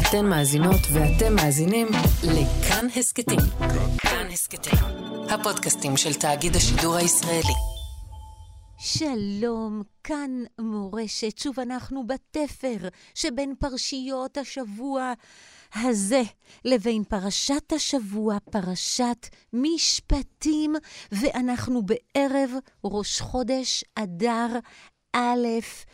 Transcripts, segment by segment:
אתן מאזינות ואתם מאזינים לכאן הסקטים. כאן הסקטים, הפודקאסטים של תאגיד השידור הישראלי. שלום, כאן מורשת. שוב אנחנו בתפר שבין פרשיות השבוע הזה לבין פרשת השבוע, פרשת משפטים, ואנחנו בערב ראש חודש אדר א'.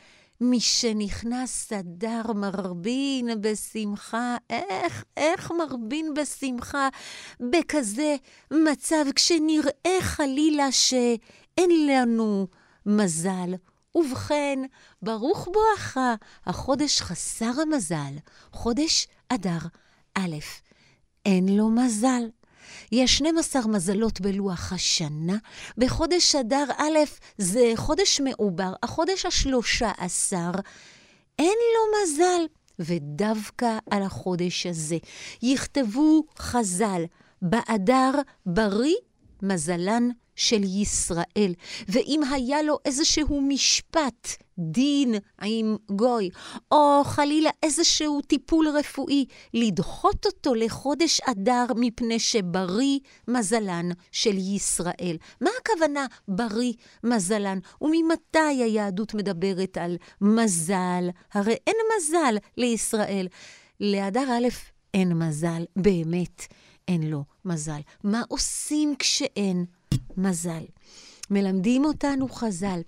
משנכנס אדר מרבין בשמחה. איך מרבין בשמחה בכזה מצב כשנראה חלילה שאין לנו מזל? ובכן, ברוך בואך, החודש חסר המזל, חודש אדר א', אין לו מזל. יש 12 מזלות בלוח השנה. בחודש אדר א', זה חודש מעובר, החודש ה-13, אין לו מזל. ודווקא על החודש הזה יכתבו חז"ל, באדר בריא מזלן של ישראל. ואם היה לו איזשהו משפט, דין עם גוי, או חלילה איזשהו טיפול רפואי, לדחות אותו לחודש אדר מפני שבריא מזלן של ישראל. מה הכוונה בריא מזלן? וממתי היהדות מדברת על מזל? הרי אין מזל לישראל. לאדר א' אין מזל, באמת אין לו מזל. מה עושים כשאין מזל? מלמדים אותנו חז"ל,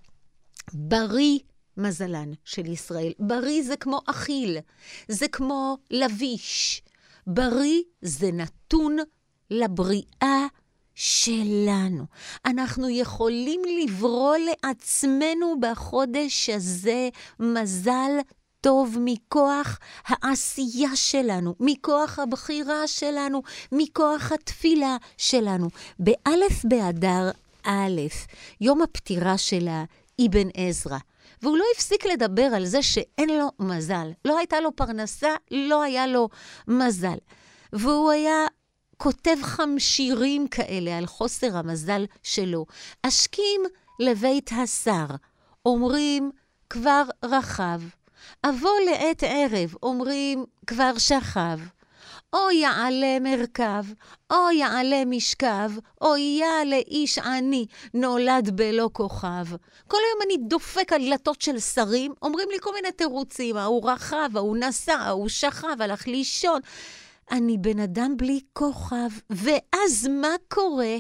בריא מזלן של ישראל. בריא זה כמו אכיל, זה כמו לביש. בריא זה נתון לבריאה שלנו. אנחנו יכולים לברוא לעצמנו בחודש הזה מזל טוב מכוח העשייה שלנו, מכוח הבחירה שלנו, מכוח התפילה שלנו. באלף באדר א', יום הפטירה של אבן עזרא, והוא לא הפסיק לדבר על זה שאין לו מזל. לא הייתה לו פרנסה, לא היה לו מזל. והוא היה כותב חמשירים כאלה על חוסר המזל שלו. אשכים לבית השר, אומרים כבר רחב. אבוא לעת ערב, אומרים כבר שכב. או יעלה מרכב, או יעלה משכב, או יעלה איש עני, נולד בלא כוכב. כל היום אני דופק על דלתות של שרים, אומרים לי כל מיני תירוצים, ההוא רחב, ההוא נסע, ההוא שכב, הלך לישון. אני בן אדם בלי כוכב, ואז מה קורה?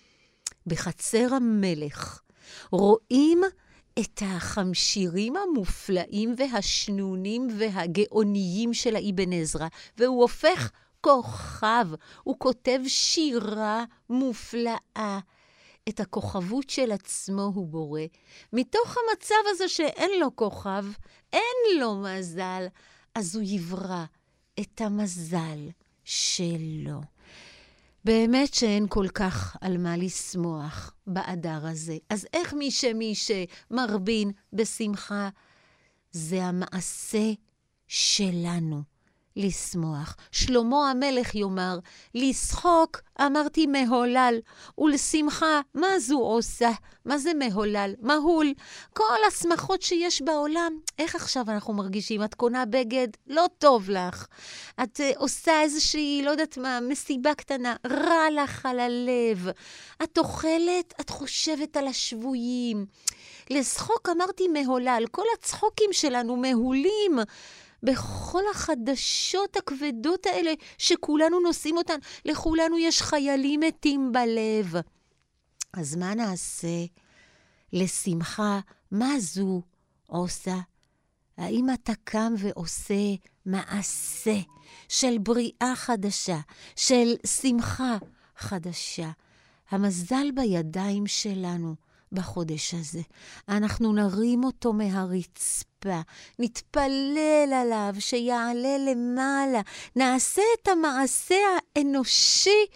בחצר המלך רואים את החמשירים המופלאים והשנונים והגאוניים של אבן עזרא, והוא הופך כוכב, הוא כותב שירה מופלאה. את הכוכבות של עצמו הוא בורא. מתוך המצב הזה שאין לו כוכב, אין לו מזל, אז הוא יברא את המזל שלו. באמת שאין כל כך על מה לשמוח באדר הזה. אז איך מי שמרבין בשמחה? זה המעשה שלנו לשמוח. שלמה המלך יאמר, לשחוק אמרתי מהולל, ולשמחה מה זו עושה? מה זה מהולל? מהול. כל השמחות שיש בעולם, איך עכשיו אנחנו מרגישים? את קונה בגד, לא טוב לך. את עושה איזושהי, לא יודעת מה, מסיבה קטנה, רע לך על הלב. את אוכלת, את חושבת על השבויים. לשחוק אמרתי מהולל, כל הצחוקים שלנו מהולים. בכל החדשות הכבדות האלה שכולנו נושאים אותן, לכולנו יש חיילים מתים בלב. אז מה נעשה? לשמחה, מה זו עושה? האם אתה קם ועושה מעשה של בריאה חדשה, של שמחה חדשה? המזל בידיים שלנו בחודש הזה. אנחנו נרים אותו מהרצפה, נתפלל עליו שיעלה למעלה, נעשה את המעשה האנושי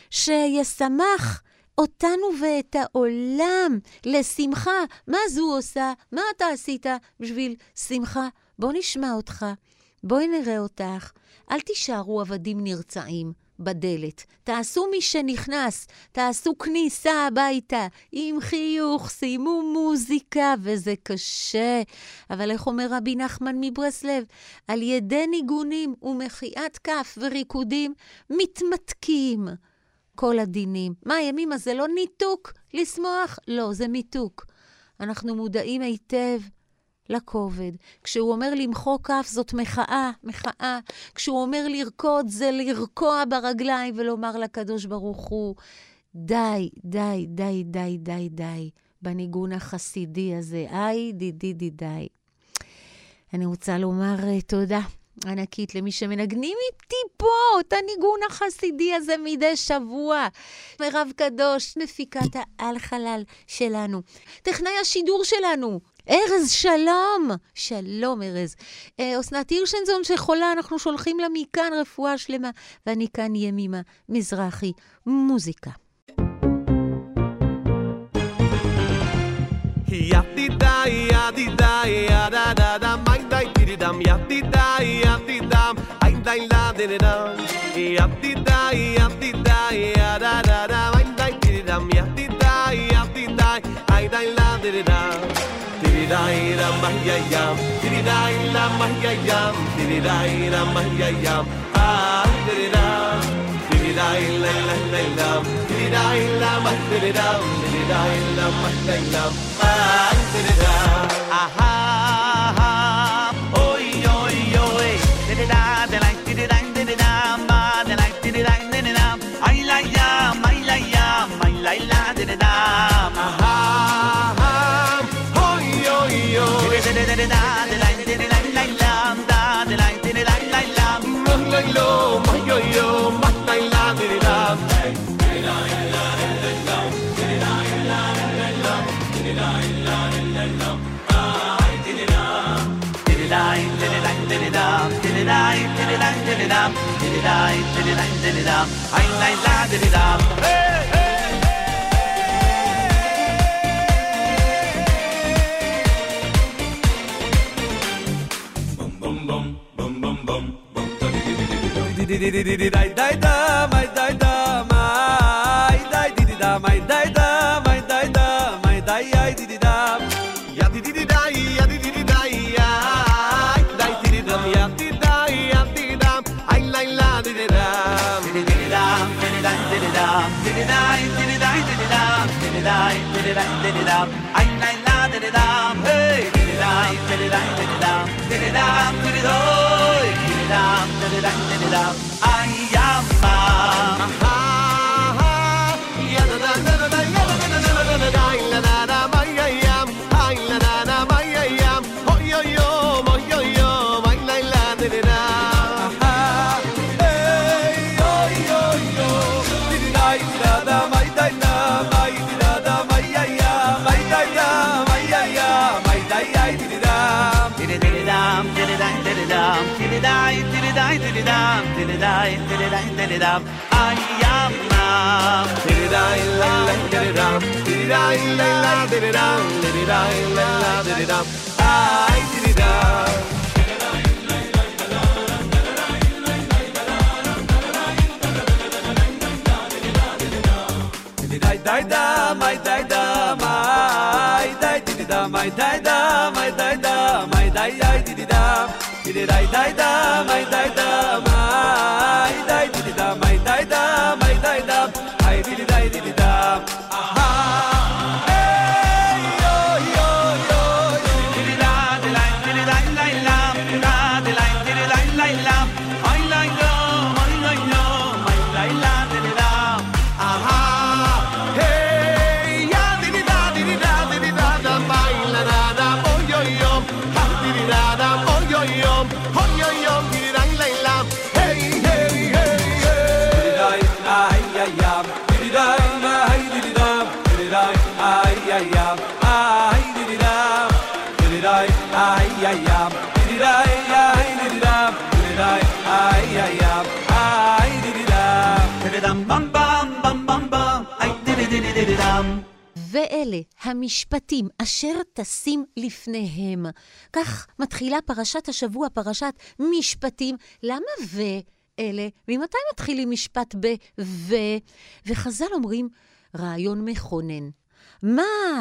שישמח אותנו ואת העולם לשמחה. מה זו עושה? מה אתה עשית בשביל שמחה? בוא נשמע אותך, בואי נראה אותך. אל תישארו עבדים נרצעים בדלת. תעשו מי שנכנס, תעשו כניסה הביתה, עם חיוך, שימו מוזיקה, וזה קשה. אבל איך אומר רבי נחמן מברסלב? על ידי ניגונים ומחיית כף וריקודים מתמתקים כל הדינים. מה, ימימה, זה לא ניתוק לשמוח? לא, זה מיתוק. אנחנו מודעים היטב לכובד. כשהוא אומר למחוא כף, זאת מחאה, מחאה. כשהוא אומר לרקוד, זה לרקוע ברגליים ולומר לקדוש ברוך הוא, די, די, די, די, די, די, בניגון החסידי הזה. איי, די. אני רוצה לומר תודה ענקית למי שמנגנים איתי פה את הניגון החסידי הזה מדי שבוע. מירב קדוש, נפיקת העל חלל שלנו. טכנאי השידור שלנו, ארז, שלום. שלום ארז. אסנת הירשנזון שחולה, אנחנו שולחים לה מכאן רפואה שלמה. ואני כאן ימימה מזרחי, מוזיקה. Yadidai, yadidai, yadadada, my dai didam, yadidai, yadidam, I dai la didam, yadidai, yadidai, yadadada, my dai didam, yadidai, yadidai, I dai la didam, didai la mahayam, didai la mahayam, didai la mahayam, ah didam, didai la la la la, didai la mahayam, didai la mahayam. Aha, oi, oi, oi, da da da da da da ma da da da ai la ya, mai la ya, mai la la da da. Aha, oi, oi, oi, da da da da da la la la da da la la la ma lo, ma yo yo, ma la la da da. ואלה המשפטים אשר תשים לפניהם. כך מתחילה פרשת השבוע, פרשת משפטים. למה אלה, ממתי מתחילים משפט ו, וחז"ל אומרים, רעיון מכונן. מה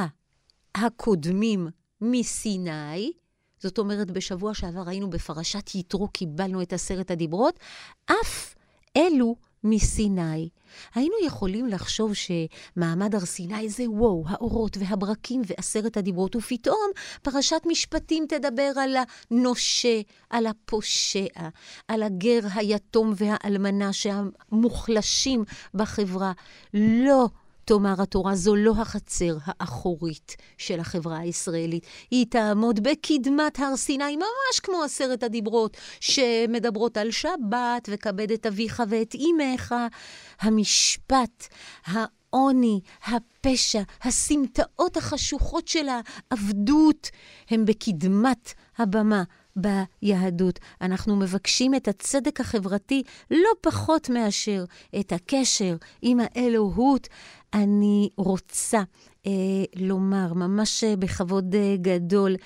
הקודמים מסיני, זאת אומרת, בשבוע שעבר ראינו בפרשת יתרו, קיבלנו את 10 הדיברות, אף אלו מסיני. היינו יכולים לחשוב שמעמד הר סיני זה וואו, האורות והברקים ו10 הדיברות, ופתאום פרשת משפטים תדבר על הנושה, על הפושע, על הגר היתום והאלמנה שהמוחלשים בחברה. לא, תאמר התורה, זו לא החצר האחורית של החברה הישראלית. היא תעמוד בקדמת הר סיני, ממש כמו 10 הדיברות שמדברות על שבת וכבד את אביך ואת אמך. המשפט, העוני, הפשע, הסמטאות החשוכות של העבדות, הם בקדמת הבמה ביהדות. אנחנו מבקשים את הצדק החברתי לא פחות מאשר את הקשר עם האלוהות. אני רוצה לומר ממש בכבוד גדול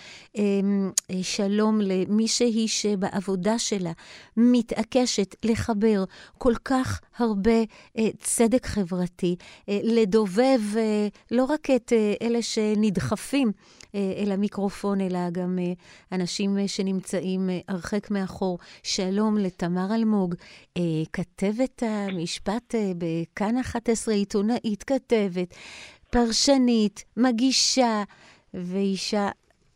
שלום למישהי שבעבודה שלה מתעקשת לחבר כל כך הרבה צדק חברתי, לדובב לא רק את אלה שנדחפים אל המיקרופון, אלא גם אנשים שנמצאים הרחק מאחור. שלום לתמר אלמוג, כתבת המשפט בכאן 11, עיתונאית, כתבת, פרשנית, מגישה ואישה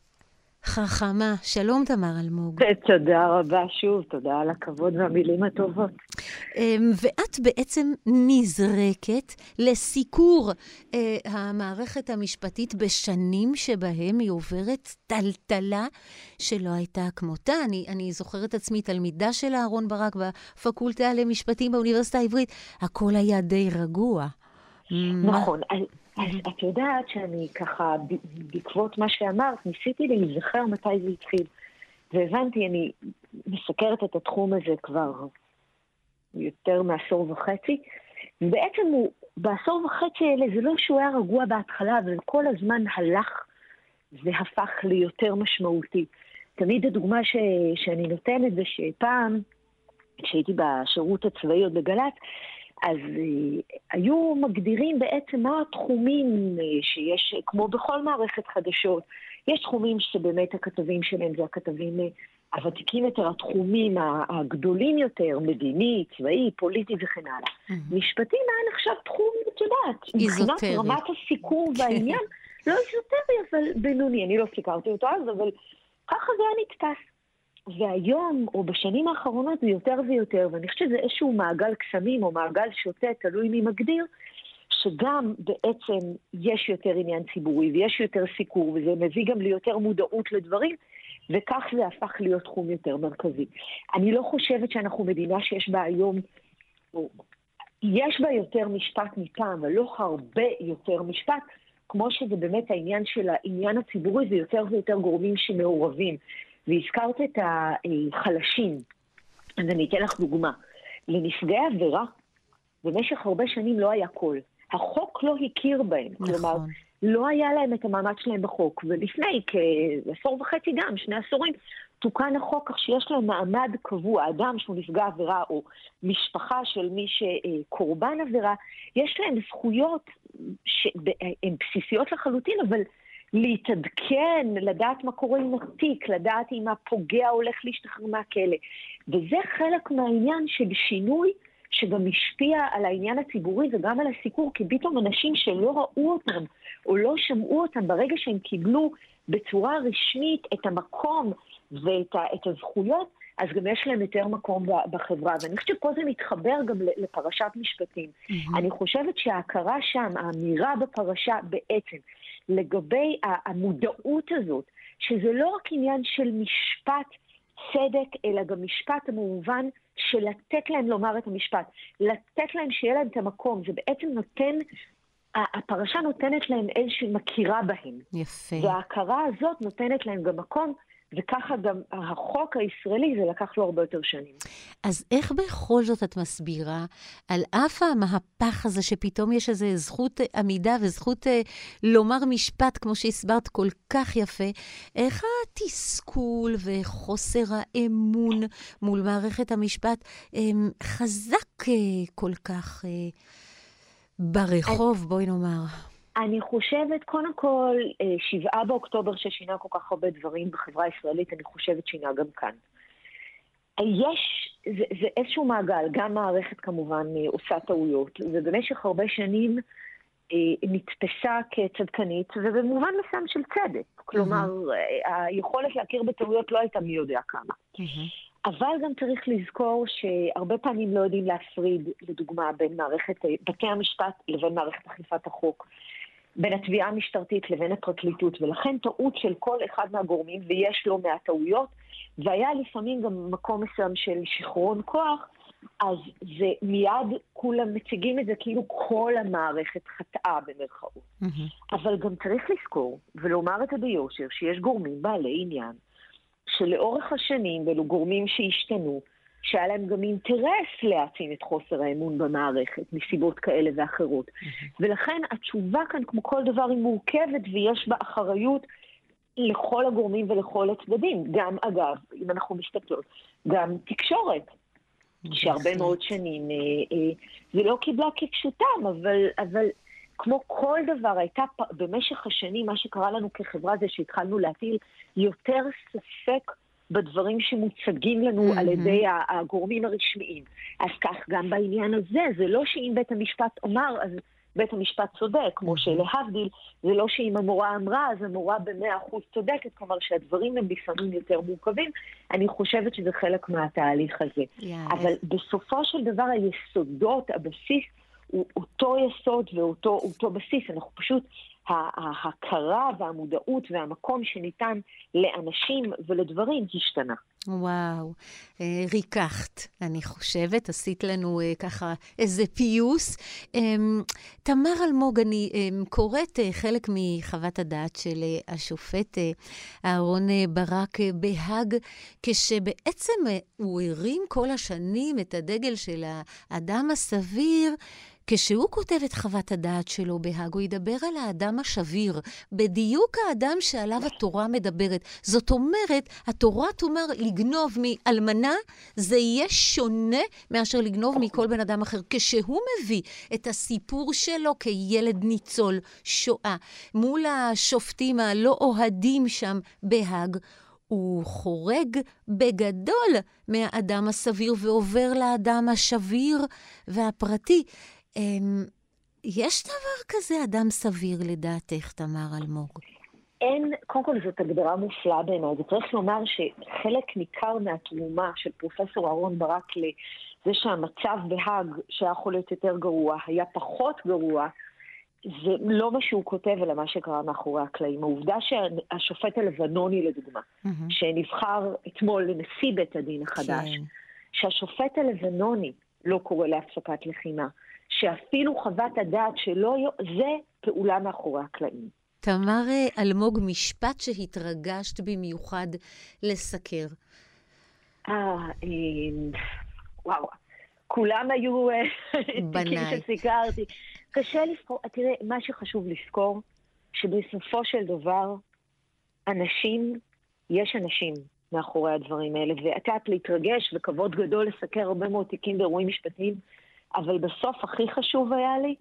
חכמה. שלום תמר אלמוג. תודה רבה שוב, תודה על הכבוד והמילים הטובות. ואת בעצם נזרקת לסיקור המערכת המשפטית בשנים שבהם היא עוברת טלטלה שלא הייתה כמותה. אני זוכרת עצמי תלמידה של אהרון ברק בפקולטה למשפטים באוניברסיטה העברית. הכל היה די רגוע. נכון. אז את יודעת שאני ככה, בעקבות מה שאמרת, ניסיתי להיזכר מתי זה התחיל. והבנתי, אני מסקרת את התחום הזה כבר יותר מעשור וחצי. בעצם בעשור וחצי האלה זה לא שהוא היה רגוע בהתחלה, אבל כל הזמן הלך והפך ליותר משמעותי. תמיד הדוגמה שאני נותנת זה שפעם, כשהייתי בשירות הצבאי עוד בגל"צ, אז היו מגדירים בעצם מה התחומים שיש, כמו בכל מערכת חדשות. יש תחומים שבאמת הכתבים שלהם זה הכתבים הוותיקים יותר, התחומים הגדולים יותר, מדיני, צבאי, פוליטי וכן הלאה. משפטים היה נחשב תחום, את יודעת, מבחינת רמת הסיקור והעניין, לא איזוטרי, אבל בינוני. אני לא סיקרתי אותו אז, אבל ככה זה היה נתפס. והיום, או בשנים האחרונות, זה יותר ויותר, ואני חושבת שזה איזשהו מעגל קסמים, או מעגל שוטה, תלוי מי מגדיר, שגם בעצם יש יותר עניין ציבורי, ויש יותר סיקור, וזה מביא גם ליותר מודעות לדברים, וכך זה הפך להיות תחום יותר מרכזי. אני לא חושבת שאנחנו מדינה שיש בה היום, יש בה יותר משפט מפעם, אבל לא הרבה יותר משפט, כמו שזה באמת העניין של העניין הציבורי, זה יותר ויותר גורמים שמעורבים. והזכרת את החלשים, אז אני אתן לך דוגמה. לנפגעי עבירה, במשך הרבה שנים לא היה קול. החוק לא הכיר בהם. נכון. כלומר, לא היה להם את המעמד שלהם בחוק. ולפני כעשור וחצי גם, 2 עשורים, תוקן החוק כך שיש להם מעמד קבוע. אדם שהוא נפגע עבירה או משפחה של מי שקורבן עבירה, יש להם זכויות שהן בסיסיות לחלוטין, אבל להתעדכן, לדעת מה קורה עם התיק, לדעת אם הפוגע הולך להשתחרר מהכלא. וזה חלק מהעניין של שינוי שגם משפיע על העניין הציבורי וגם על הסיקור, כי פתאום אנשים שלא ראו אותם או לא שמעו אותם ברגע שהם קיבלו בצורה רשמית את המקום ואת הזכויות, אז גם יש להם יותר מקום בחברה. ואני חושבת שפה זה מתחבר גם לפרשת משפטים. אני חושבת שההכרה שם, האמירה בפרשה בעצם, לגבי המודעות הזאת, שזה לא רק עניין של משפט צדק, אלא גם משפט המובן של לתת להם לומר את המשפט, לתת להם שיהיה להם את המקום, זה בעצם נותן, הפרשה נותנת להם איזושהי מכירה בהם. יפה. וההכרה הזאת נותנת להם גם מקום, וככה גם החוק הישראלי, זה לקח לו הרבה יותר שנים. אז איך בכל זאת את מסבירה, על אף המהפך הזה שפתאום יש איזו זכות עמידה וזכות לומר משפט, כמו שהסברת כל כך יפה, איך התסכול וחוסר האמון מול מערכת המשפט חזק כל כך ברחוב, בואי נאמר. אני חושבת, קודם כל, 7 באוקטובר ששינה כל כך הרבה דברים בחברה הישראלית, אני חושבת שינה גם כאן. זה איזשהו מעגל, גם מערכת כמובן עושה טעויות, ובמשך הרבה שנים נתפסה כצדקנית, ובמובן מסוים של צדק. כלומר, היכולת להכיר בטעויות לא הייתה מי יודע כמה. אבל גם צריך לזכור שהרבה פעמים לא יודעים להפריד, לדוגמה, בין מערכת בתי המשפט לבין מערכת אכיפת החוק, בין התביעה המשטרתית לבין הפרקליטות, ולכן טעות של כל אחד מהגורמים, ויש לו מהטעויות, והיה לפעמים גם מקום מסוים של שחרון כוח, אז זה מיד כולם מציגים את זה כאילו כל המערכת חטאה במרכאות. אבל גם צריך לזכור, ולומר את זה ביושר, שיש גורמים בעלי עניין, שלאורך השנים, ואלו גורמים שהשתנו, שהיה להם גם אינטרס להעצים את חוסר האמון במערכת, מסיבות כאלה ואחרות. ולכן התשובה כאן, כמו כל דבר, היא מורכבת, ויש בה אחריות לכל הגורמים ולכל הצדדים. גם, אגב, אם אנחנו מסתכלות, גם תקשורת, שהרבה מאוד שנים, זה לא קיבלה כפשוטם, אבל כמו כל דבר, הייתה במשך השנים, מה שקרה לנו כחברה זה שהתחלנו להטיל יותר ספק בדברים שמוצגים לנו על ידי הגורמים הרשמיים. אז כך גם בעניין הזה, זה לא שאם בית המשפט אומר, אז בית המשפט צודק, כמו שלהבדיל, זה לא שאם המורה אמרה, אז המורה ב100% צודקת, כלומר שהדברים הם לפעמים יותר מורכבים. אני חושבת שזה חלק מהתהליך הזה. אבל בסופו של דבר היסודות, הבסיס, הוא אותו יסוד ואותו בסיס. אנחנו פשוט, ההכרה והמודעות והמקום שניתן לאנשים ולדברים השתנה. וואו, ריקחת, אני חושבת, עשית לנו ככה איזה פיוס. תמר אלמוג, אני קוראת חלק מחוות הדעת של השופט אהרון ברק בהאג, כשבעצם הוא הרים כל השנים את הדגל של האדם הסביר, כשהוא כותב את חוות הדעת שלו בהאג, הוא ידבר על האדם השביר, בדיוק האדם שעליו התורה מדברת. זאת אומרת, התורה תאמר לגנוב מאלמנה, זה יהיה שונה מאשר לגנוב מכל בן אדם אחר. כשהוא מביא את הסיפור שלו כילד ניצול שואה, מול השופטים הלא אוהדים שם בהאג, הוא חורג בגדול מהאדם הסביר ועובר לאדם השביר והפרטי. יש דבר כזה אדם סביר לדעתך, תמר אלמוג? אין, קודם כל זאת הגדרה מופלאה בעיניי. זה צריך לומר שחלק ניכר מהתרומה של פרופסור אהרון ברק לזה שהמצב בהאג שיכול להיות יותר גרוע, היה פחות גרוע, זה לא מה שהוא כותב אלא מה שקרה מאחורי הקלעים. העובדה שהשופט הלבנוני לדוגמה, שנבחר אתמול לנשיא בית הדין החדש, שהשופט הלבנוני לא קורא להפסקת לחימה, שאפילו חוות הדעת שלו, זה פעולה מאחורי הקלעים. תמר אלמוג, משפט שהתרגשת במיוחד לסקר. וואו, כולם היו תיקים שסיקרתי. קשה לזכור, תראה, מה שחשוב לזכור, שבסופו של דבר, יש אנשים מאחורי הדברים האלה, ואתה להתרגש וכבוד גדול לסקר הרבה מאוד תיקים באירועים משפטיים, אבל בסוף הכי חשוב היה לי,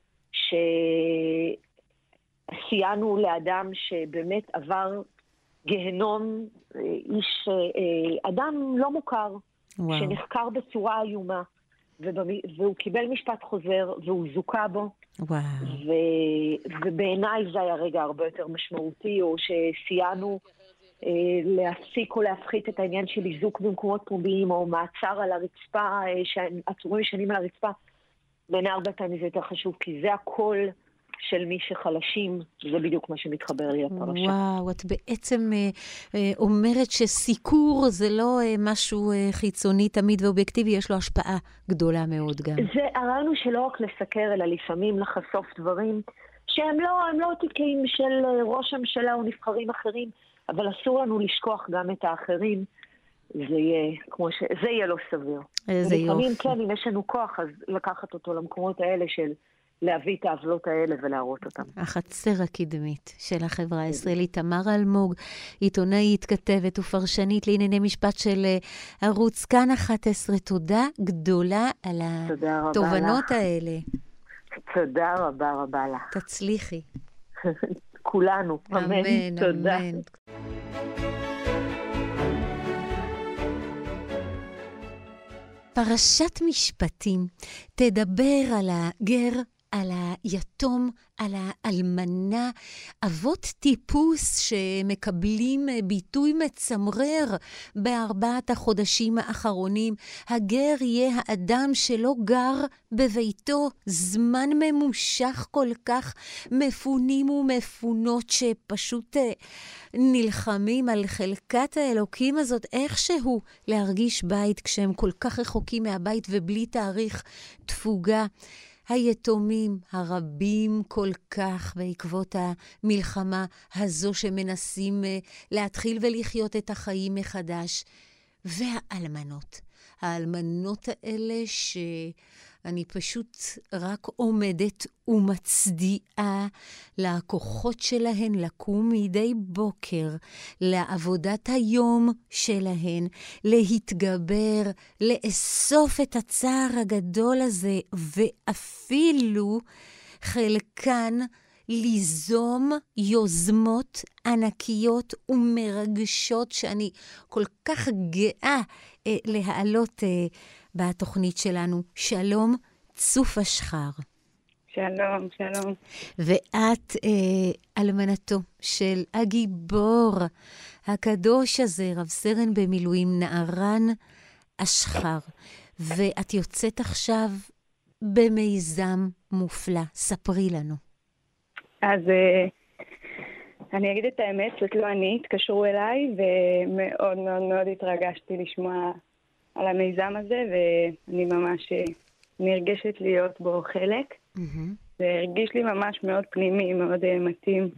שסייענו לאדם שבאמת עבר גהנום, אדם לא מוכר, שנחקר בצורה איומה, והוא קיבל משפט חוזר, והוא זוכה בו, ובעיניי זה היה רגע הרבה יותר משמעותי, או שסייענו להפסיק או להפחית את העניין של איזוק במקומות פומביים, או מעצר על הרצפה, שעצורים ישנים על הרצפה. בעיני הרבה פעמים זה יותר חשוב, כי זה הכל של מי שחלשים, זה בדיוק מה שמתחבר לי לפרשה. וואו, את בעצם אומרת שסיקור זה לא משהו חיצוני תמיד ואובייקטיבי, יש לו השפעה גדולה מאוד גם. זה הרעיון שלא רק לסקר, אלא לפעמים לחשוף דברים שהם לא תיקים של ראש הממשלה או נבחרים אחרים, אבל אסור לנו לשכוח גם את האחרים, זה יהיה לא סביר. ולפעמים כן, אם יש לנו כוח, אז לקחת אותו למקומות האלה של להביא את העוולות האלה ולהראות אותם. החצר הקדמית של החברה הישראלית. תמר אלמוג, עיתונאית, כתבת ופרשנית לענייני משפט של ערוץ כאן 11. תודה גדולה על התובנות האלה. תודה רבה רבה לך. תצליחי. כולנו. אמן, תודה. אמן. פרשת משפטים תדבר על הגר, על היתום, על האלמנה, אבות טיפוס שמקבלים ביטוי מצמרר בארבעת החודשים האחרונים. הגר יהיה האדם שלא גר בביתו זמן ממושך כל כך, מפונים ומפונות שפשוט נלחמים על חלקת האלוקים הזאת, איכשהו להרגיש בית כשהם כל כך רחוקים מהבית ובלי תאריך תפוגה. היתומים הרבים כל כך בעקבות המלחמה הזו שמנסים להתחיל ולחיות את החיים מחדש. והאלמנות, האלמנות האלה שאני פשוט רק עומדת ומצדיעה לכוחות שלהן לקום מדי בוקר, לעבודת היום שלהן, להתגבר, לאסוף את הצער הגדול הזה, ואפילו חלקן ליזום יוזמות ענקיות ומרגשות שאני כל כך גאה להעלות בתוכנית שלנו. שלום, צוף אשחר. שלום, שלום. ואת אלמנתו של הגיבור הקדוש הזה, רב סרן במילואים נערן אשחר. ואת יוצאת עכשיו במיזם מופלא. ספרי לנו. אז אני אגיד את האמת, זאת לא אני, התקשרו אליי, ומאוד מאוד מאוד התרגשתי לשמוע על המיזם הזה, ואני ממש נרגשת להיות בו חלק. זה הרגיש לי ממש מאוד פנימי, מאוד מתאים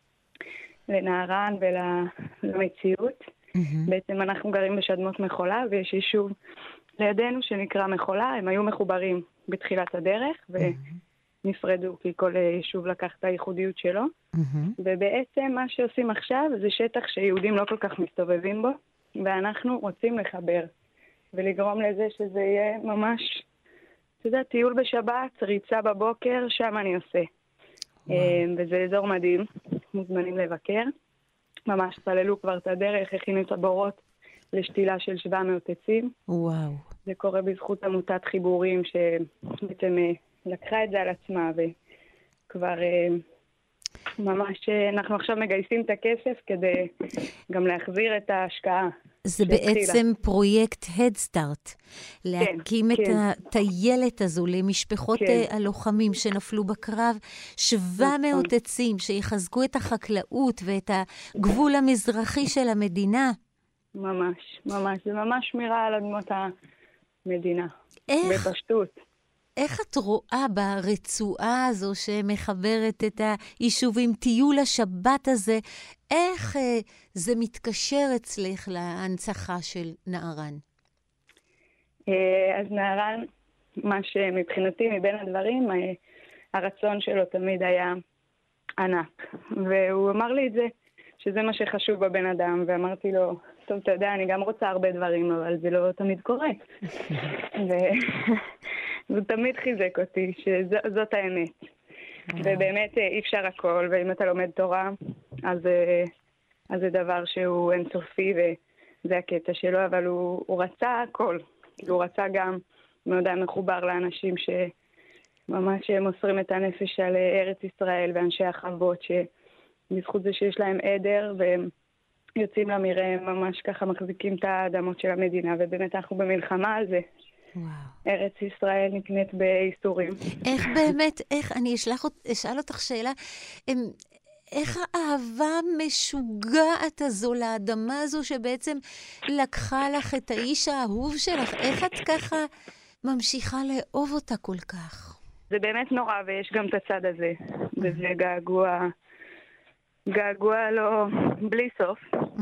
לנערן ולמציאות. בעצם אנחנו גרים בשדמות מחולה, ויש יישוב לידינו שנקרא מחולה. הם היו מחוברים בתחילת הדרך, ונפרדו, כי כל יישוב לקח את הייחודיות שלו. ובעצם מה שעושים עכשיו זה שטח שיהודים לא כל כך מסתובבים בו, ואנחנו רוצים לחבר ולגרום לזה שזה יהיה ממש, אתה יודע, טיול בשבת, ריצה בבוקר, שם אני עושה. וזה אזור מדהים, מוזמנים לבקר. ממש צללו כבר את הדרך, הכינו את הבורות לשתילה של 700 עצים. וואו. זה קורה בזכות עמותת חיבורים שבעצם לקחה את זה על עצמה, וכבר ממש אנחנו עכשיו מגייסים את הכסף כדי גם להחזיר את ההשקעה. זה בעצם פרויקט Head Start, להקים את הטיילת הזו למשפחות הלוחמים שנפלו בקרב, 700 עצים שיחזקו את החקלאות ואת הגבול המזרחי של המדינה. ממש, ממש, זה ממש שמירה על אדמות המדינה, בפשטות. איך את רואה ברצועה הזו שמחברת את היישובים, טיול השבת הזה, איך זה מתקשר אצלך להנצחה של נערן? אז נערן, מה שמבחינתי מבין הדברים, הרצון שלו תמיד היה ענק. והוא אמר לי את זה, שזה מה שחשוב בבן אדם, ואמרתי לו, טוב, אתה יודע, אני גם רוצה הרבה דברים, אבל זה לא תמיד קורה. זה תמיד חיזק אותי, שזאת האמת. ובאמת אי אפשר הכל, ואם אתה לומד תורה, אז זה דבר שהוא אינסופי, וזה הקטע שלו, אבל הוא רצה הכל. הוא רצה גם מאוד היה מחובר לאנשים שממש מוסרים את הנפש על ארץ ישראל, ואנשי החוות, שבזכות זה שיש להם עדר, והם יוצאים למראה, ממש ככה מחזיקים את האדמות של המדינה, ובאמת אנחנו במלחמה על זה. וואו. ארץ ישראל נקנית באיסורים. איך באמת, אני אשאל אותך שאלה, איך האהבה משוגעת הזו לאדמה הזו שבעצם לקחה לך את האיש האהוב שלך? איך את ככה ממשיכה לאהוב אותה כל כך? זה באמת נורא, ויש גם את הצד הזה. וזה געגוע געגוע לו בלי סוף.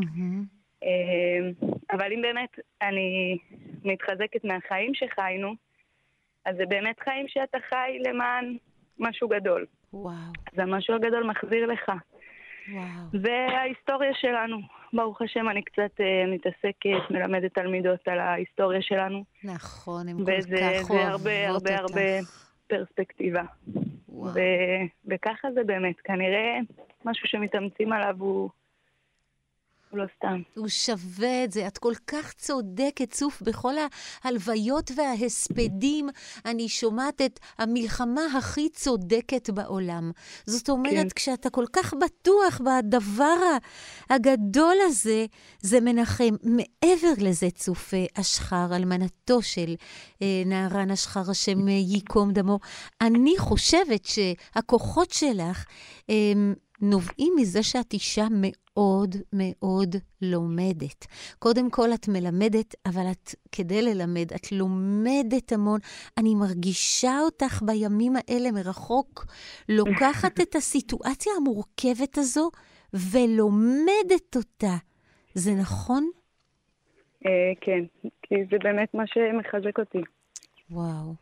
אבל אם באמת אני מתחזקת מהחיים שחיינו, אז זה באמת חיים שאתה חי למען משהו גדול. וואו. אז המשהו הגדול מחזיר לך. וואו. וההיסטוריה שלנו, ברוך השם, אני קצת מתעסקת, מלמדת תלמידות על ההיסטוריה שלנו. נכון, הם כל כך אוהבות אותך. וזה הרבה פרספקטיבה. וככה זה באמת, כנראה משהו שמתאמצים עליו הוא לא סתם. הוא שווה את זה. את כל כך צודקת, צוף, בכל ההלוויות וההספדים. אני שומעת את המלחמה הכי צודקת בעולם. זאת אומרת, כשאתה כל כך בטוח בדבר הגדול הזה, זה מנחם. מעבר לזה, צוף אשחר, אלמנתו של נערן אשחר, השם ייקום דמו, אני חושבת שהכוחות שלך נובעים מזה שאת אישה מאוד מאוד לומדת. קודם כל את מלמדת, אבל כדי ללמד, את לומדת המון. אני מרגישה אותך בימים האלה מרחוק, לוקחת את הסיטואציה המורכבת הזו ולומדת אותה. זה נכון? כן, כי זה באמת מה שמחזק אותי. וואו.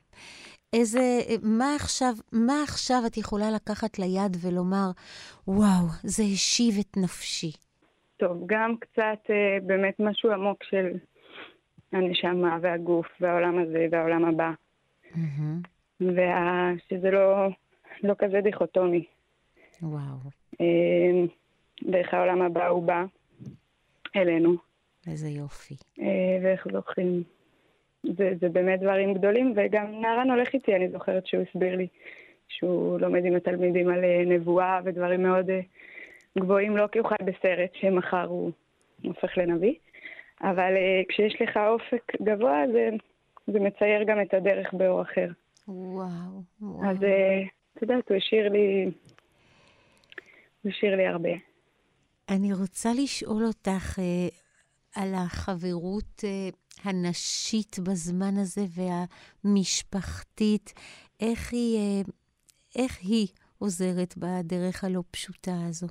מה עכשיו את יכולה לקחת ליד ולומר, וואו, זה השיב את נפשי? טוב, גם קצת באמת משהו עמוק של הנשמה והגוף והעולם הזה והעולם הבא. שזה לא כזה דיכוטומי. וואו. ואיך העולם הבא הוא בא אלינו. איזה יופי. ואיך זוכים. זה באמת דברים גדולים, וגם נערן הולך איתי, אני זוכרת שהוא הסביר לי שהוא לומד עם התלמידים על נבואה ודברים מאוד גבוהים, לא כי הוא חי בסרט שמחר הוא הופך לנביא, אבל כשיש לך אופק גבוה, זה מצייר גם את הדרך באור אחר. וואו, וואו. אז אתה יודעת, הוא השאיר לי הרבה. אני רוצה לשאול אותך על החברות הנשית בזמן הזה והמשפחתית, איך היא עוזרת בדרך הלא פשוטה הזו?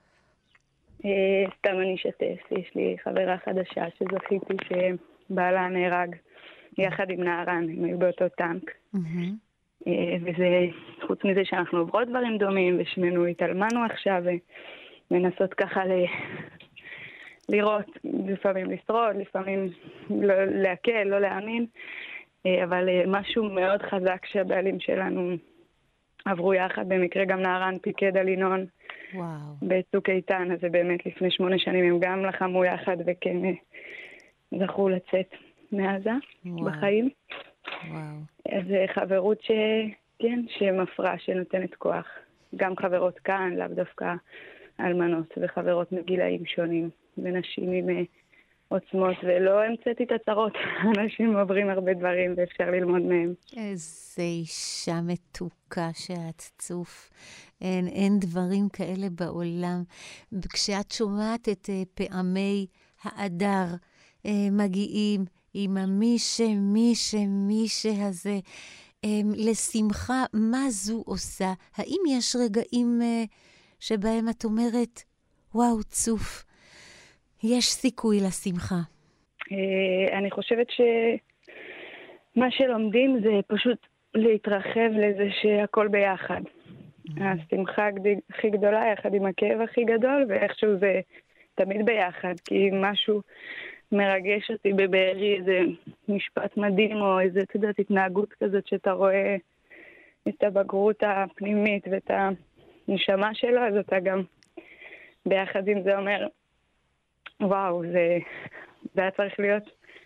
סתם אני אשתף, יש לי חברה חדשה שזכיתי שבעלה נהרג יחד עם נערן, הם היו באותו טנק. וזה, חוץ מזה שאנחנו עוברות דברים דומים, ושנינו התעלמנו עכשיו, ומנסות ככה לראות, לפעמים לשרוד, לפעמים להקל, לא להאמין, אבל משהו מאוד חזק שהבעלים שלנו עברו יחד, במקרה גם נערן פיקד על ינון בצוק איתן, אז זה באמת לפני 8 שנים הם גם לחמו יחד וכן זכו לצאת מעזה בחיים. אז חברות שמפרה, שנותנת כוח. גם חברות כאן, לאו דווקא אלמנות, וחברות מגילאים שונים, ונשים עם עוצמות, ולא המצאתי את הצרות. אנשים עוברים הרבה דברים ואפשר ללמוד מהם. איזה אישה מתוקה שאת, צוף. אין דברים כאלה בעולם. כשאת שומעת את פעמי האדר מגיעים עם מי הזה, לשמחה, מה זו עושה? האם יש רגעים שבהם את אומרת, וואו, צוף, יש סיכוי לשמחה? אני חושבת שמה שלומדים זה פשוט להתרחב לזה שהכל ביחד. השמחה הכי גדולה יחד עם הכאב הכי גדול, ואיכשהו זה תמיד ביחד, כי משהו מרגש אותי בבארי, איזה משפט מדהים, או איזה, אתה יודעת, התנהגות כזאת שאתה רואה את הבגרות הפנימית ואת הנשמה שלו, אז אתה גם ביחד עם זה אומר, וואו, זה היה צריך להיות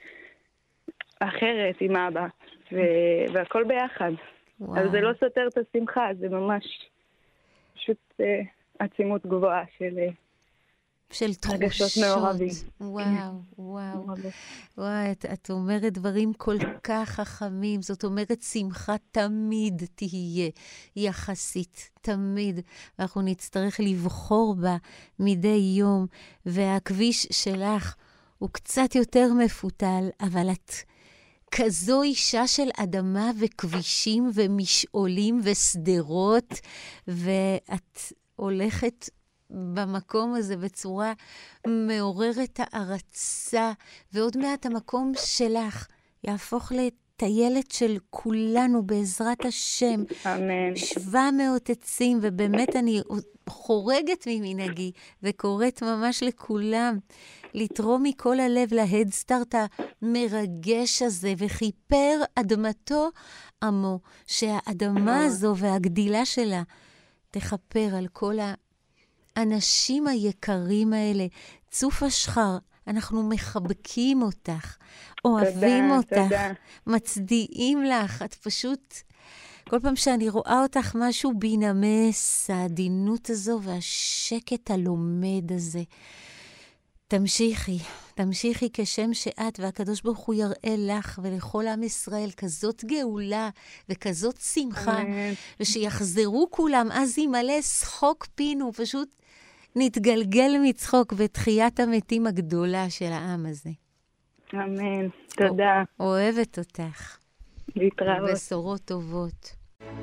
אחרת עם אבא, והכל ביחד. וואו. אז זה לא סותר את השמחה, זה ממש פשוט עצימות גבוהה של תחושות מעורבים. וואו. את אומרת דברים כל כך חכמים. זאת אומרת, שמחה תמיד תהיה יחסית, תמיד. אנחנו נצטרך לבחור בה מדי יום, והכביש שלך הוא קצת יותר מפותל, אבל את כזו אישה של אדמה וכבישים ומשעולים וסדרות, ואת הולכת במקום הזה בצורה מעוררת הערצה, ועוד מעט המקום שלך יהפוך לטיילת של כולנו בעזרת השם. אמן. 700 עצים, ובאמת אני חורגת ממנהגי, וקוראת ממש לכולם לתרום מכל הלב להדסטארט המרגש הזה, וכיפר אדמתו עמו, שהאדמה הזו והגדילה שלה תכפר על כל האנשים היקרים האלה. צוף אשחר, אנחנו מחבקים אותך, אוהבים אותך, מצדיעים לך. את פשוט, כל פעם שאני רואה אותך משהו בינמס, העדינות הזו והשקט הלומד הזה. תמשיכי כשם שאת והקדוש ברוך הוא יראה לך ולכל עם ישראל כזאת גאולה וכזאת שמחה, ושיחזרו כולם, אז ימלא שחוק פינו, פשוט נתגלגל מצחוק בתחיית המתים הגדולה של העם הזה. אמן, תודה. אוהבת אותך. להתראות. בשורות טובות.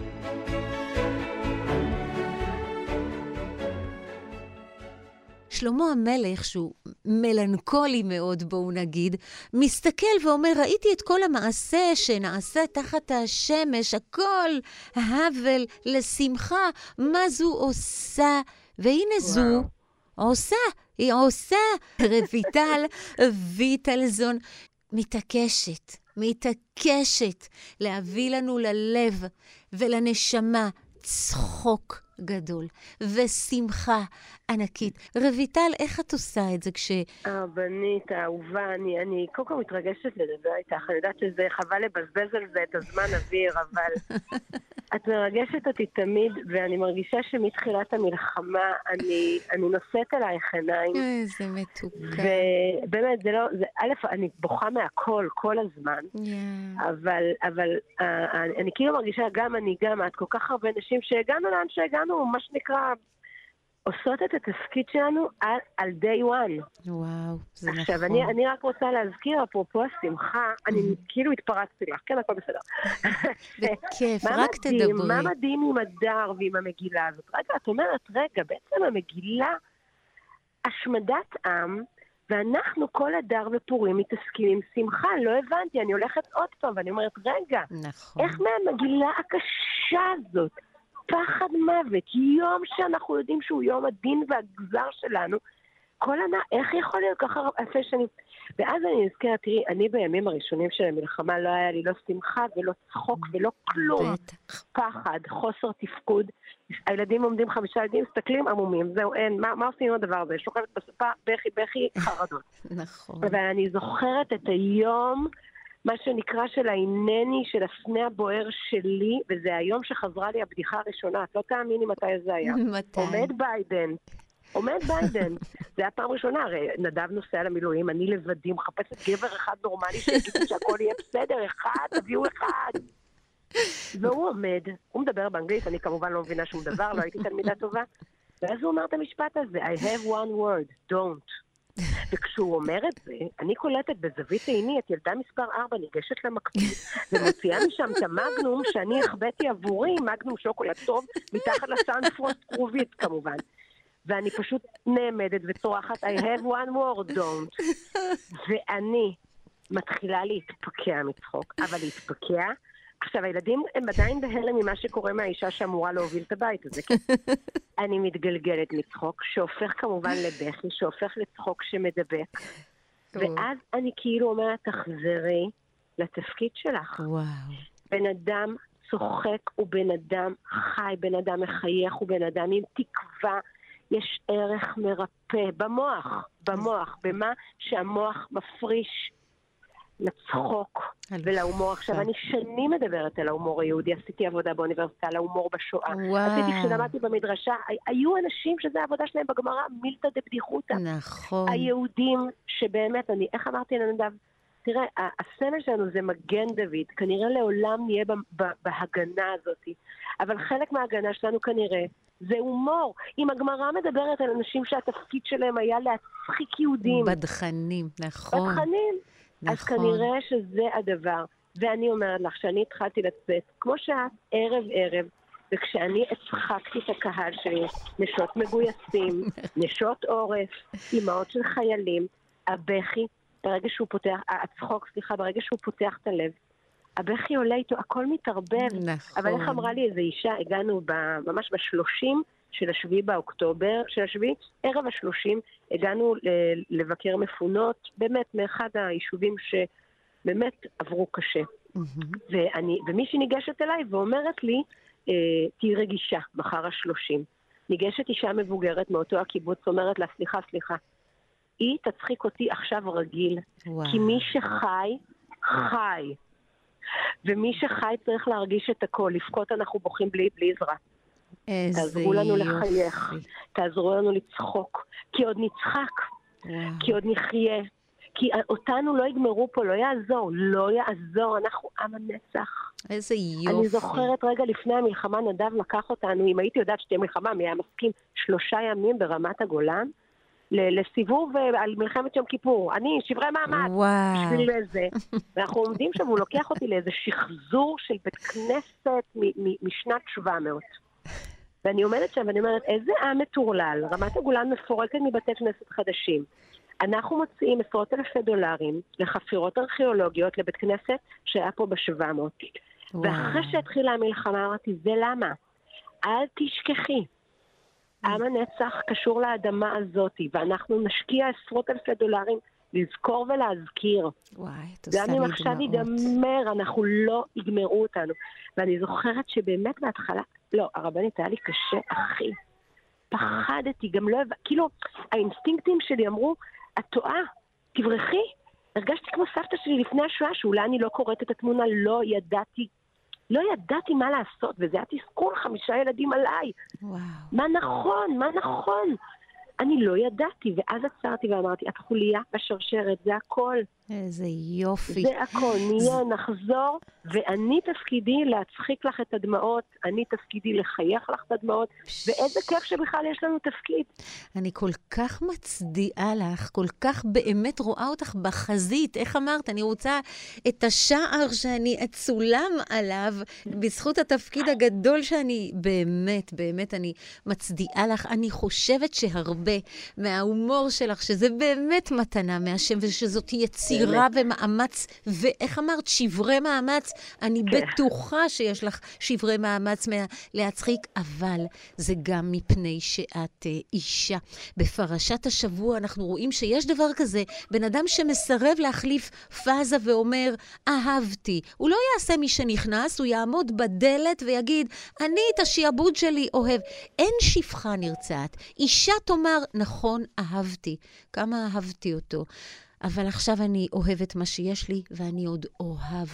שלמה המלך, שהוא מלנכולי מאוד, בואו נגיד, מסתכל ואומר, ראיתי את כל המעשה שנעשה תחת השמש, הכל הבל לשמחה, מה זו עושה? והנה זו היא עושה. רויטל ויטלזון מתעקשת להביא לנו ללב ולנשמה צחוק גדול ושמחה ענקית. רויטל, איך את עושה את זה כש... הבנית, האהובה, אני קודם כל מתרגשת לדבר איתך. אני יודעת שזה חבל לבזבז על זה את הזמן אוויר, אבל את מרגשת אותי תמיד, ואני מרגישה שמתחילת המלחמה אני נושאת עלייך עיניים. איזה מתוקה. ובאמת, אני בוכה מהכל, כל הזמן. אבל אני כאילו מרגישה, גם את, כל כך הרבה נשים שהגענו לאן שהגענו, מה שנקרא... עושות את התפקיד שלנו על day one. וואו, זה נכון. עכשיו, אני רק רוצה להזכיר, אפרופו השמחה, אני כאילו התפרצתי לך, כן, הכל בסדר. בכיף, רק תדברי. מה מדהים עם הדר ועם המגילה הזאת? רגע, את אומרת, בעצם המגילה, השמדת עם, ואנחנו כל הדר ופורים מתעסקים עם שמחה, לא הבנתי, אני הולכת עוד פעם, ואני אומרת, רגע, איך מהמגילה הקשה הזאת, פחד מוות, יום שאנחנו יודעים שהוא יום הדין והגזר שלנו, איך יכול להיות ככה אלפי שנים? ואז אני נזכרת, תראי, אני בימים הראשונים של המלחמה לא היה לי לא שמחה ולא צחוק ולא כלום. פחד, חוסר תפקוד. הילדים עומדים 5 ילדים, מסתכלים עמומים, זהו, אין, מה עושים עם הדבר הזה? שוכבת בספה, בכי, חרדות. נכון. ואני זוכרת את היום... מה שנקרא של העינני, של הסנה הבוער שלי, וזה היום שחזרה לי הבדיחה הראשונה, את לא תאמיני מתי זה היה. מתי? עומד ביידן. זה היה פעם ראשונה, הרי נדב נוסע למילואים, אני לבדי, מחפשת גבר אחד נורמלי שיגיד שהכל יהיה בסדר, תביאו אחד. והוא עומד, הוא מדבר באנגלית, אני כמובן לא מבינה שום דבר, לא הייתי תלמידה טובה, ואז הוא אומר את המשפט הזה, I have one word, don't. וכשהוא אומר את זה, אני קולטת בזווית עיני את ילדה מספר 4 ניגשת למקפיא, ומוציאה משם את המגנום שאני החבאתי עבורי, מגנום שוקולד טוב, מתחת לסנפרוסט קרובית כמובן. ואני פשוט נעמדת וצורחת, I have one word, don't. ואני מתחילה להתפקע מצחוק, אבל להתפקע, עכשיו, הילדים הם עדיין בהלם ממה שקורה מהאישה שאמורה להוביל את הבית הזה. אני מתגלגלת מצחוק, שהופך כמובן לבכי, שהופך לצחוק שמדבק. ואז אני כאילו אומרת, תחזרי לתפקיד שלך. וואו. בן אדם צוחק, הוא בן אדם חי, בן אדם מחייך, הוא בן אדם עם תקווה. יש ערך מרפא במוח, במה שהמוח מפריש לצחוק ולהומור. עכשיו, אני שנים מדברת על ההומור היהודי, עשיתי עבודה באוניברסיטה על ההומור בשואה. עשיתי כשלמדתי במדרשה, היו אנשים שזה העבודה שלהם בגמרא, מילתא דבדיחותא. נכון. היהודים שבאמת, איך אמרתי לנדב, תראה, הסמל שלנו זה מגן דוד, כנראה לעולם נהיה בהגנה הזאת, אבל חלק מההגנה שלנו כנראה זה הומור. אם הגמרא מדברת על אנשים שהתפקיד שלהם היה להצחיק יהודים. בדחנים, נכון. בדחנים. נכון. אז כנראה שזה הדבר. ואני אומרת לך, שאני התחלתי לצאת, כמו שאת, ערב, וכשאני הצחקתי את הקהל שלי, נשות מגויסים, נשות עורף, אמהות של חיילים, הבכי, ברגע שהוא פותח, הצחוק, סליחה, ברגע שהוא פותח את הלב, הבכי עולה איתו, הכל מתערבב. נכון. אבל איך אמרה לי איזו אישה, הגענו ממש ב-30 של השביעי באוקטובר, של השביעי, ערב ה-30, הגענו לבקר מפונות, באמת מאחד היישובים שבאמת עברו קשה. ומישהי ניגשת אליי ואומרת לי, תהי רגישה, מחר ה-30. ניגשת אישה מבוגרת מאותו הקיבוץ, אומרת לה, סליחה, היא תצחיק אותי עכשיו רגיל, כי מי שחי, חי. ומי שחי צריך להרגיש את הכל, לבכות אנחנו בוכים בלי עזרה. תעזרו לנו לחייך, תעזרו לנו לצחוק, כי עוד נצחק, כי עוד נחיה, כי אותנו לא יגמרו פה, לא יעזור, אנחנו עם הנצח. איזה יופי. אני זוכרת רגע לפני המלחמה, נדב לקח אותנו, אם הייתי יודעת שתהיה מלחמה, מי היה מסכים 3 ימים ברמת הגולן, לסיבוב על מלחמת יום כיפור. אני, שברי מעמד. בשביל זה. ואנחנו עומדים שם, הוא לוקח אותי לאיזה שחזור של בית כנסת משנת 700. ואני עומדת שם ואני אומרת, איזה עם מטורלל. רמת הגולן מפורקת מבתי כנסת חדשים. אנחנו מוציאים $10,000 לחפירות ארכיאולוגיות לבית כנסת שהיה פה ב-700. ואחרי שהתחילה המלחמה אמרתי, זה למה? אל תשכחי. עם הנצח קשור לאדמה הזאת, ואנחנו נשקיע $10,000 לזכור ולהזכיר. גם אם עכשיו ייגמר, אנחנו לא יגמרו אותנו. ואני זוכרת שבאמת בהתחלה, לא, הרבנית היה לי קשה, אחי. פחדתי, גם לא, כאילו, האינסטינקטים שלי אמרו, את טועה, תברחי. הרגשתי כמו סבתא שלי לפני השואה, שאולי אני לא קוראת את התמונה, לא ידעתי מה לעשות, וזה היה תסכול 5 ילדים עליי. מה נכון? אני לא ידעתי, ואז עצרתי ואמרתי, את חוליה בשרשרת, זה הכל. איזה יופי. זה הכל, נהיה, נחזור, ואני תפקידי להצחיק לך את הדמעות, אני תפקידי לחייך לך את הדמעות, ואיזה כיף שבכלל יש לנו תפקיד. אני כל כך מצדיעה לך, כל כך באמת רואה אותך בחזית, איך אמרת? אני רוצה את השער שאני אצולם עליו, בזכות התפקיד הגדול שאני, באמת, אני מצדיעה לך. אני חושבת שהרבה מההומור שלך, שזה באמת מתנה מהשם, ושזאת יצירה ומאמץ, ואיך אמרת, שברי מאמץ, אני בטוחה שיש לך שברי מאמץ להצחיק, אבל זה גם מפני שאת אישה. בפרשת השבוע אנחנו רואים שיש דבר כזה, בן אדם שמסרב להחליף פאזה ואומר, אהבתי. הוא לא יעשה מי שנכנס, הוא יעמוד בדלת ויגיד, אני את השיעבוד שלי אוהב. אין שפחה נרצעת. אישה תאמר, נכון, אהבתי. כמה אהבתי אותו. אבל עכשיו אני אוהבת מה שיש לי, ואני עוד אוהב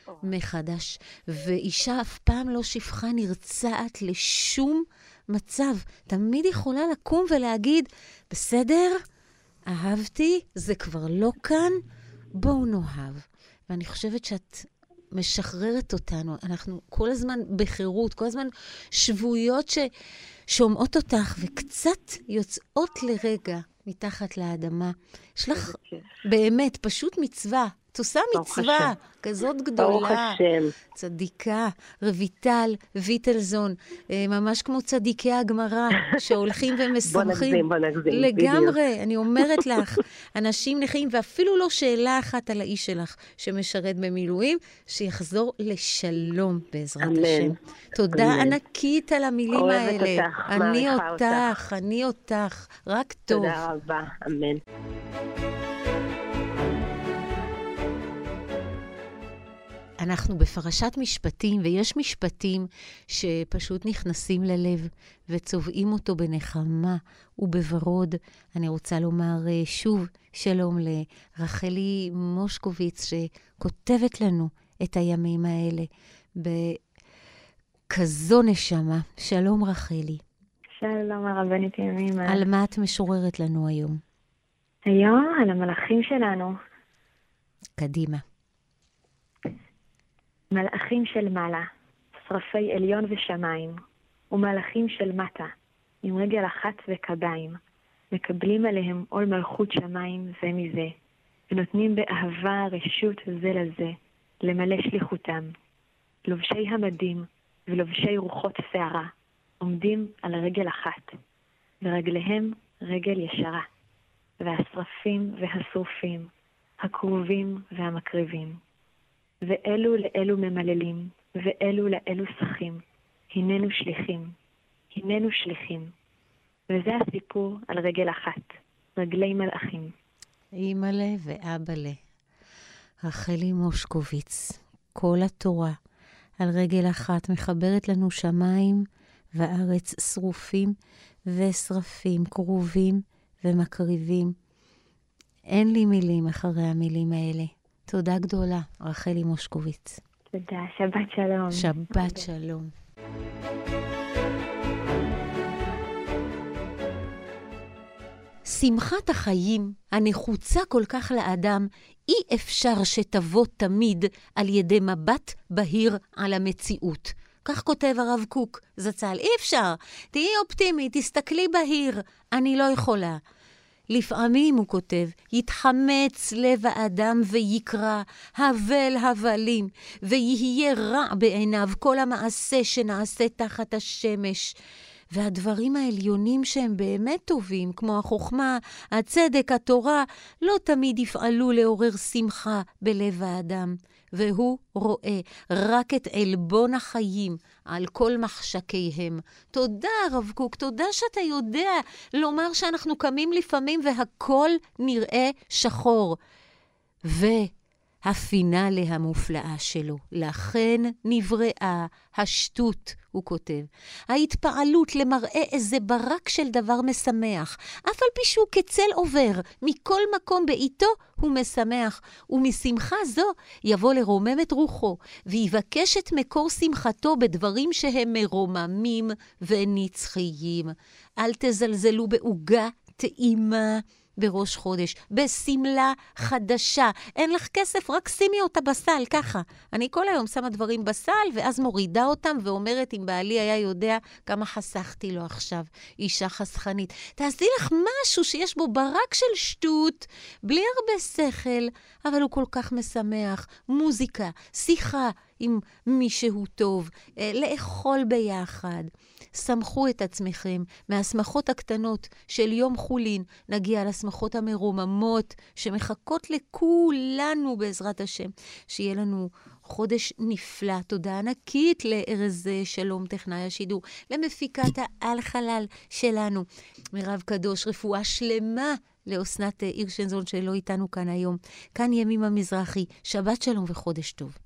מחדש. ואישה אף פעם לא שפחה נרצעת לשום מצב. תמיד יכולה לקום ולהגיד, בסדר, אהבתי, זה כבר לא כאן, בואו נאהב. ואני חושבת שאת משחררת אותנו. אנחנו כל הזמן בחירות, כל הזמן שבויות ששומעות אותך, וקצת יוצאות לרגע מתחת לאדמה. יש לך באמת פשוט מצווה. את עושה מצווה כזאת גדולה. צדיקה, רויטל ויטלזון, ממש כמו צדיקי הגמרא, שהולכים ומשמחים. בוא נגזים. לגמרי, אני אומרת לך, אנשים נכים, ואפילו לא שאלה אחת על האיש שלך, שמשרת במילואים, שיחזור לשלום בעזרת השם. תודה ענקית על המילים האלה. אני אותך, רק טוב. תודה רבה, אמן. אנחנו בפרשת משפטים, ויש משפטים שפשוט נכנסים ללב וצובעים אותו בנחמה ובוורוד. אני רוצה לומר שוב שלום לרחלי מושקוביץ, שכותבת לנו את הימים האלה בכזו נשמה. שלום רחלי. שלום הרבנית ימימה. על מה את משוררת לנו היום? היום על המלאכים שלנו. קדימה. מלאכים של מעלה, שרפי עליון ושמיים, ומלאכים של מטה, עם רגל אחת וקביים, מקבלים עליהם עול מלכות שמיים זה מזה, ונותנים באהבה רשות זה לזה, למלא שליחותם. לובשי המדים, ולובשי רוחות שערה עומדים על רגל אחת, ורגליהם רגל ישרה, והשרפים והשרופים, הקרובים והמקריבים. ואלו לאלו ממללים, ואלו לאלו שחים. הננו שליחים, הננו שליחים. וזה הסיפור על רגל אחת, רגלי מלאכים. אימא'לה ואבא'לה. רחלי מושקוביץ, כל התורה על רגל אחת מחברת לנו שמיים וארץ שרופים ושרפים, קרובים ומקריבים. אין לי מילים אחרי המילים האלה. תודה גדולה, רחלי מושקוביץ. תודה, שבת שלום. שבת שלום. שמחת החיים הנחוצה כל כך לאדם, אי אפשר שתבוא תמיד על ידי מבט בהיר על המציאות. כך כותב הרב קוק זצ"ל, אי אפשר. תהיי אופטימית, תסתכלי בהיר. אני לא יכולה. לפעמים, הוא כותב, יתחמץ לב האדם ויקרא, הבל הבלים, ויהיה רע בעיניו כל המעשה שנעשה תחת השמש. והדברים העליונים שהם באמת טובים, כמו החוכמה, הצדק, התורה, לא תמיד יפעלו לעורר שמחה בלב האדם. והוא רואה רק את עלבון החיים על כל מחשקיהם. תודה, הרב קוק, תודה שאתה יודע לומר שאנחנו קמים לפעמים והכל נראה שחור. והפינאלה המופלאה שלו, לכן נבראה השטות, הוא כותב. ההתפעלות למראה איזה ברק של דבר משמח, אף על פי שהוא כצל עובר, מכל מקום בעיתו הוא משמח, ומשמחה זו יבוא לרומם את רוחו, ויבקש את מקור שמחתו בדברים שהם מרוממים ונצחיים. אל תזלזלו בעוגה טעימה בראש חודש, בסמלה חדשה. אין לך כסף, רק שימי אותה בסל, ככה. אני כל היום שמה דברים בסל, ואז מורידה אותם ואומרת, אם בעלי היה יודע כמה חסכתי לו עכשיו. אישה חסכנית. תעשי לך משהו שיש בו ברק של שטות, בלי הרבה שכל, אבל הוא כל כך משמח. מוזיקה, שיחה עם מישהו טוב, לאכול ביחד. שמחו את עצמכם. מהשמחות הקטנות של יום חולין נגיע לשמחות המרוממות שמחכות לכולנו בעזרת השם. שיהיה לנו חודש נפלא. תודה ענקית לארז שלום טכנאי השידור, למפיקת העל חלל שלנו. מירב קדוש, רפואה שלמה לאסנת הירשנזון שלא איתנו כאן היום. כאן ימים המזרחי. שבת שלום וחודש טוב.